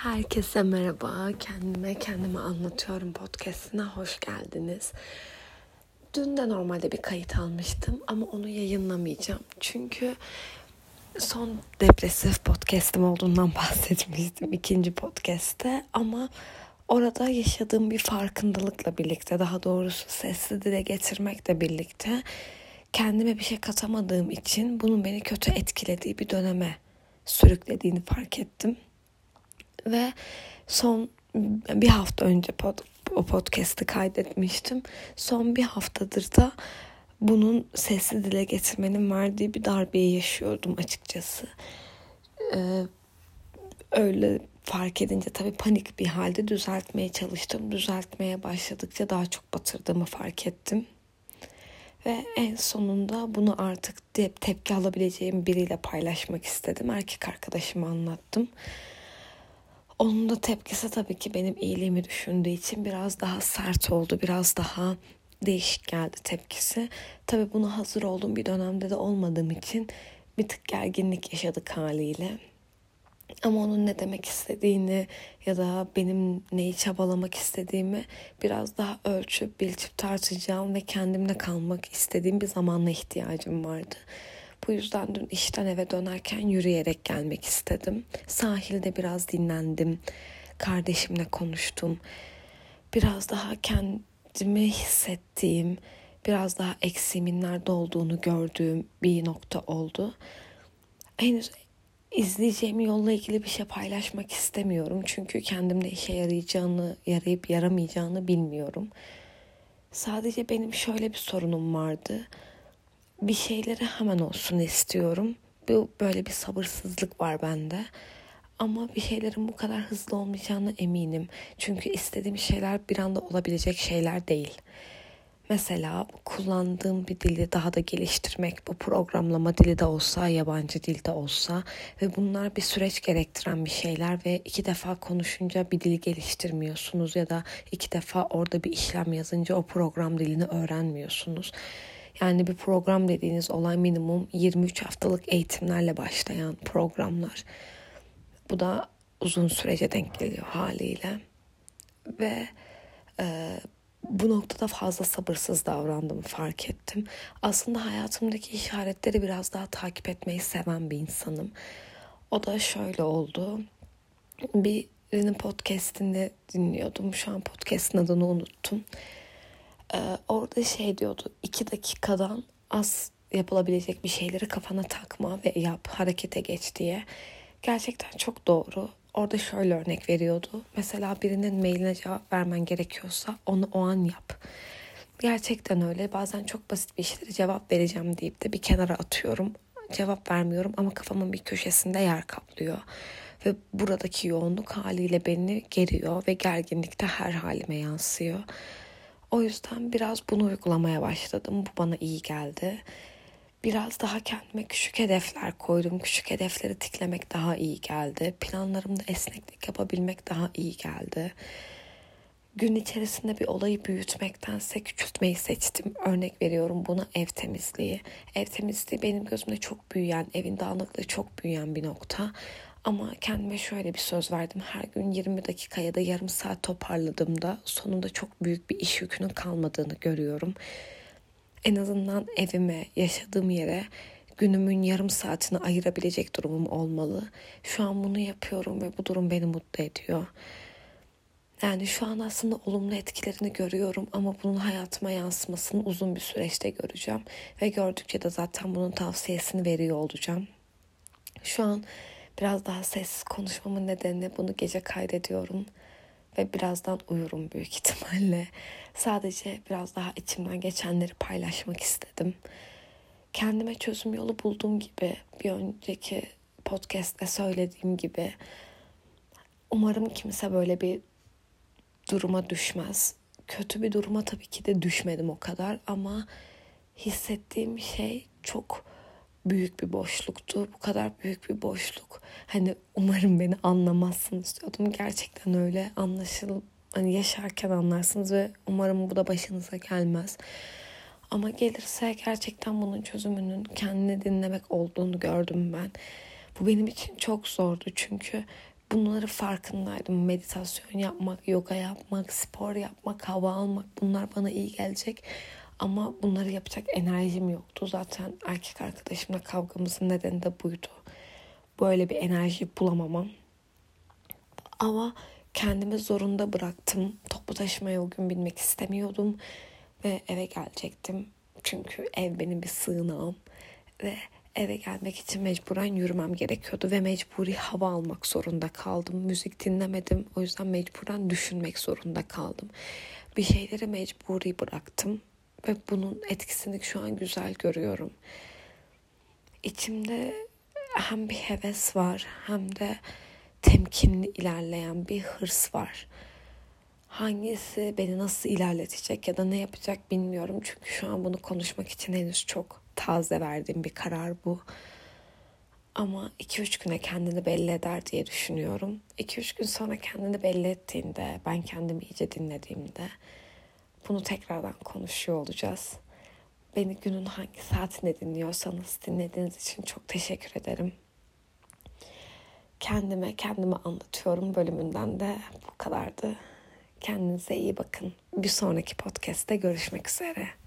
Herkese merhaba. Kendime anlatıyorum podcast'ine hoş geldiniz. Dün de normalde bir kayıt almıştım ama onu yayınlamayacağım. Çünkü son depresif podcast'im olduğundan bahsetmiştim ikinci podcast'te. Ama orada yaşadığım bir farkındalıkla birlikte, daha doğrusu sesli dile getirmekle birlikte kendime bir şey katamadığım için bunun beni kötü etkilediği bir döneme sürüklediğini fark ettim. Ve son bir hafta önce o podcast'ı kaydetmiştim. Son bir haftadır da bunun sesli dile getirmenin verdiği bir darbeyi yaşıyordum açıkçası. Öyle fark edince tabii panik bir halde düzeltmeye çalıştım. Düzeltmeye başladıkça daha çok batırdığımı fark ettim. Ve en sonunda bunu artık tepki alabileceğim biriyle paylaşmak istedim. Erkek arkadaşıma anlattım. Onun da tepkisi tabii ki benim iyiliğimi düşündüğü için biraz daha sert oldu. Biraz daha değişik geldi tepkisi. Tabii buna hazır olduğum bir dönemde de olmadığım için bir tık gerginlik yaşadık haliyle. Ama onun ne demek istediğini ya da benim neyi çabalamak istediğimi biraz daha ölçüp bilçip tartacağım ve kendimle kalmak istediğim bir zamanla ihtiyacım vardı. Bu yüzden dün işten eve dönerken yürüyerek gelmek istedim. Sahilde biraz dinlendim. Kardeşimle konuştum. Biraz daha kendimi hissettiğim, biraz daha eksiğimin nerede olduğunu gördüğüm bir nokta oldu. Henüz izleyeceğim yolla ilgili bir şey paylaşmak istemiyorum. Çünkü kendimde işe yarayıp yaramayacağını bilmiyorum. Sadece benim şöyle bir sorunum vardı. Bir şeyleri hemen olsun istiyorum. Böyle bir sabırsızlık var bende. Ama bir şeylerin bu kadar hızlı olmayacağına eminim. Çünkü istediğim şeyler bir anda olabilecek şeyler değil. Mesela kullandığım bir dili daha da geliştirmek, bu programlama dili de olsa, yabancı dil de olsa ve bunlar bir süreç gerektiren bir şeyler ve 2 defa konuşunca bir dili geliştirmiyorsunuz ya da 2 defa orada bir işlem yazınca o program dilini öğrenmiyorsunuz. Yani bir program dediğiniz olay minimum 23 haftalık eğitimlerle başlayan programlar. Bu da uzun sürece denk geliyor haliyle. Ve bu noktada fazla sabırsız davrandığımı fark ettim. Aslında hayatımdaki işaretleri biraz daha takip etmeyi seven bir insanım. O da şöyle oldu. Birinin podcast'ini dinliyordum. Şu an podcast'ın adını unuttum. Orada şey diyordu. 2 dakikadan az yapılabilecek bir şeyleri kafana takma ve yap, harekete geç diye. Gerçekten çok doğru. Orada şöyle örnek veriyordu. Mesela birinin mailine cevap vermen gerekiyorsa onu o an yap. Gerçekten öyle. Bazen çok basit bir işlere cevap vereceğim deyip de bir kenara atıyorum. Cevap vermiyorum ama kafamın bir köşesinde yer kaplıyor. Ve buradaki yoğunluk haliyle beni geriyor ve gerginlikte her halime yansıyor. O yüzden biraz bunu uygulamaya başladım. Bu bana iyi geldi. Biraz daha kendime küçük hedefler koydum. Küçük hedefleri tiklemek daha iyi geldi. Planlarımda esneklik yapabilmek daha iyi geldi. Gün içerisinde bir olayı büyütmektense küçültmeyi seçtim. Örnek veriyorum buna ev temizliği. Ev temizliği benim gözümde çok büyüyen, evin dağınıklığı çok büyüyen bir nokta. Ama kendime şöyle bir söz verdim. Her gün 20 dakika ya da yarım saat toparladığımda sonunda çok büyük bir iş yükünün kalmadığını görüyorum. En azından evime, yaşadığım yere günümün yarım saatini ayırabilecek durumum olmalı. Şu an bunu yapıyorum ve bu durum beni mutlu ediyor. Yani şu an aslında olumlu etkilerini görüyorum ama bunun hayatıma yansımasını uzun bir süreçte göreceğim. Ve gördükçe de zaten bunun tavsiyesini veriyor olacağım. Şu an biraz daha sessiz konuşmamın nedeni bunu gece kaydediyorum. Ve birazdan uyurum büyük ihtimalle. Sadece biraz daha içimden geçenleri paylaşmak istedim. Kendime çözüm yolu bulduğum gibi, bir önceki podcast'te söylediğim gibi, umarım kimse böyle bir duruma düşmez. Kötü bir duruma tabii ki de düşmedim o kadar ama hissettiğim şey çok büyük bir boşluktu. Bu kadar büyük bir boşluk. Hani umarım beni anlamazsınız diyordum. Gerçekten öyle hani yaşarken anlarsınız ve umarım bu da başınıza gelmez. Ama gelirse gerçekten bunun çözümünün kendini dinlemek olduğunu gördüm ben. Bu benim için çok zordu çünkü bunları farkındaydım. Meditasyon yapmak, yoga yapmak, spor yapmak, hava almak, bunlar bana iyi gelecek. Ama bunları yapacak enerjim yoktu. Zaten erkek arkadaşımla kavgamızın nedeni de buydu. Böyle bir enerji bulamamam. Ama kendimi zorunda bıraktım. Toplu taşımaya o gün binmek istemiyordum. Ve eve gelecektim. Çünkü ev benim bir sığınağım. Ve eve gelmek için mecburen yürümem gerekiyordu. Ve mecburi hava almak zorunda kaldım. Müzik dinlemedim. O yüzden mecburen düşünmek zorunda kaldım. Bir şeyleri mecburi bıraktım. Ve bunun etkisini şu an güzel görüyorum. İçimde hem bir heves var hem de temkinli ilerleyen bir hırs var. Hangisi beni nasıl ilerletecek ya da ne yapacak bilmiyorum. Çünkü şu an bunu konuşmak için henüz çok taze verdiğim bir karar bu. Ama 2-3 güne kendini belli eder diye düşünüyorum. 2-3 gün sonra kendini belli ettiğinde, ben kendimi iyice dinlediğimde bunu tekrardan konuşuyor olacağız. Beni günün hangi saatinde dinliyorsanız dinlediğiniz için çok teşekkür ederim. Kendime anlatıyorum bölümünden de bu kadardı. Kendinize iyi bakın. Bir sonraki podcast'te görüşmek üzere.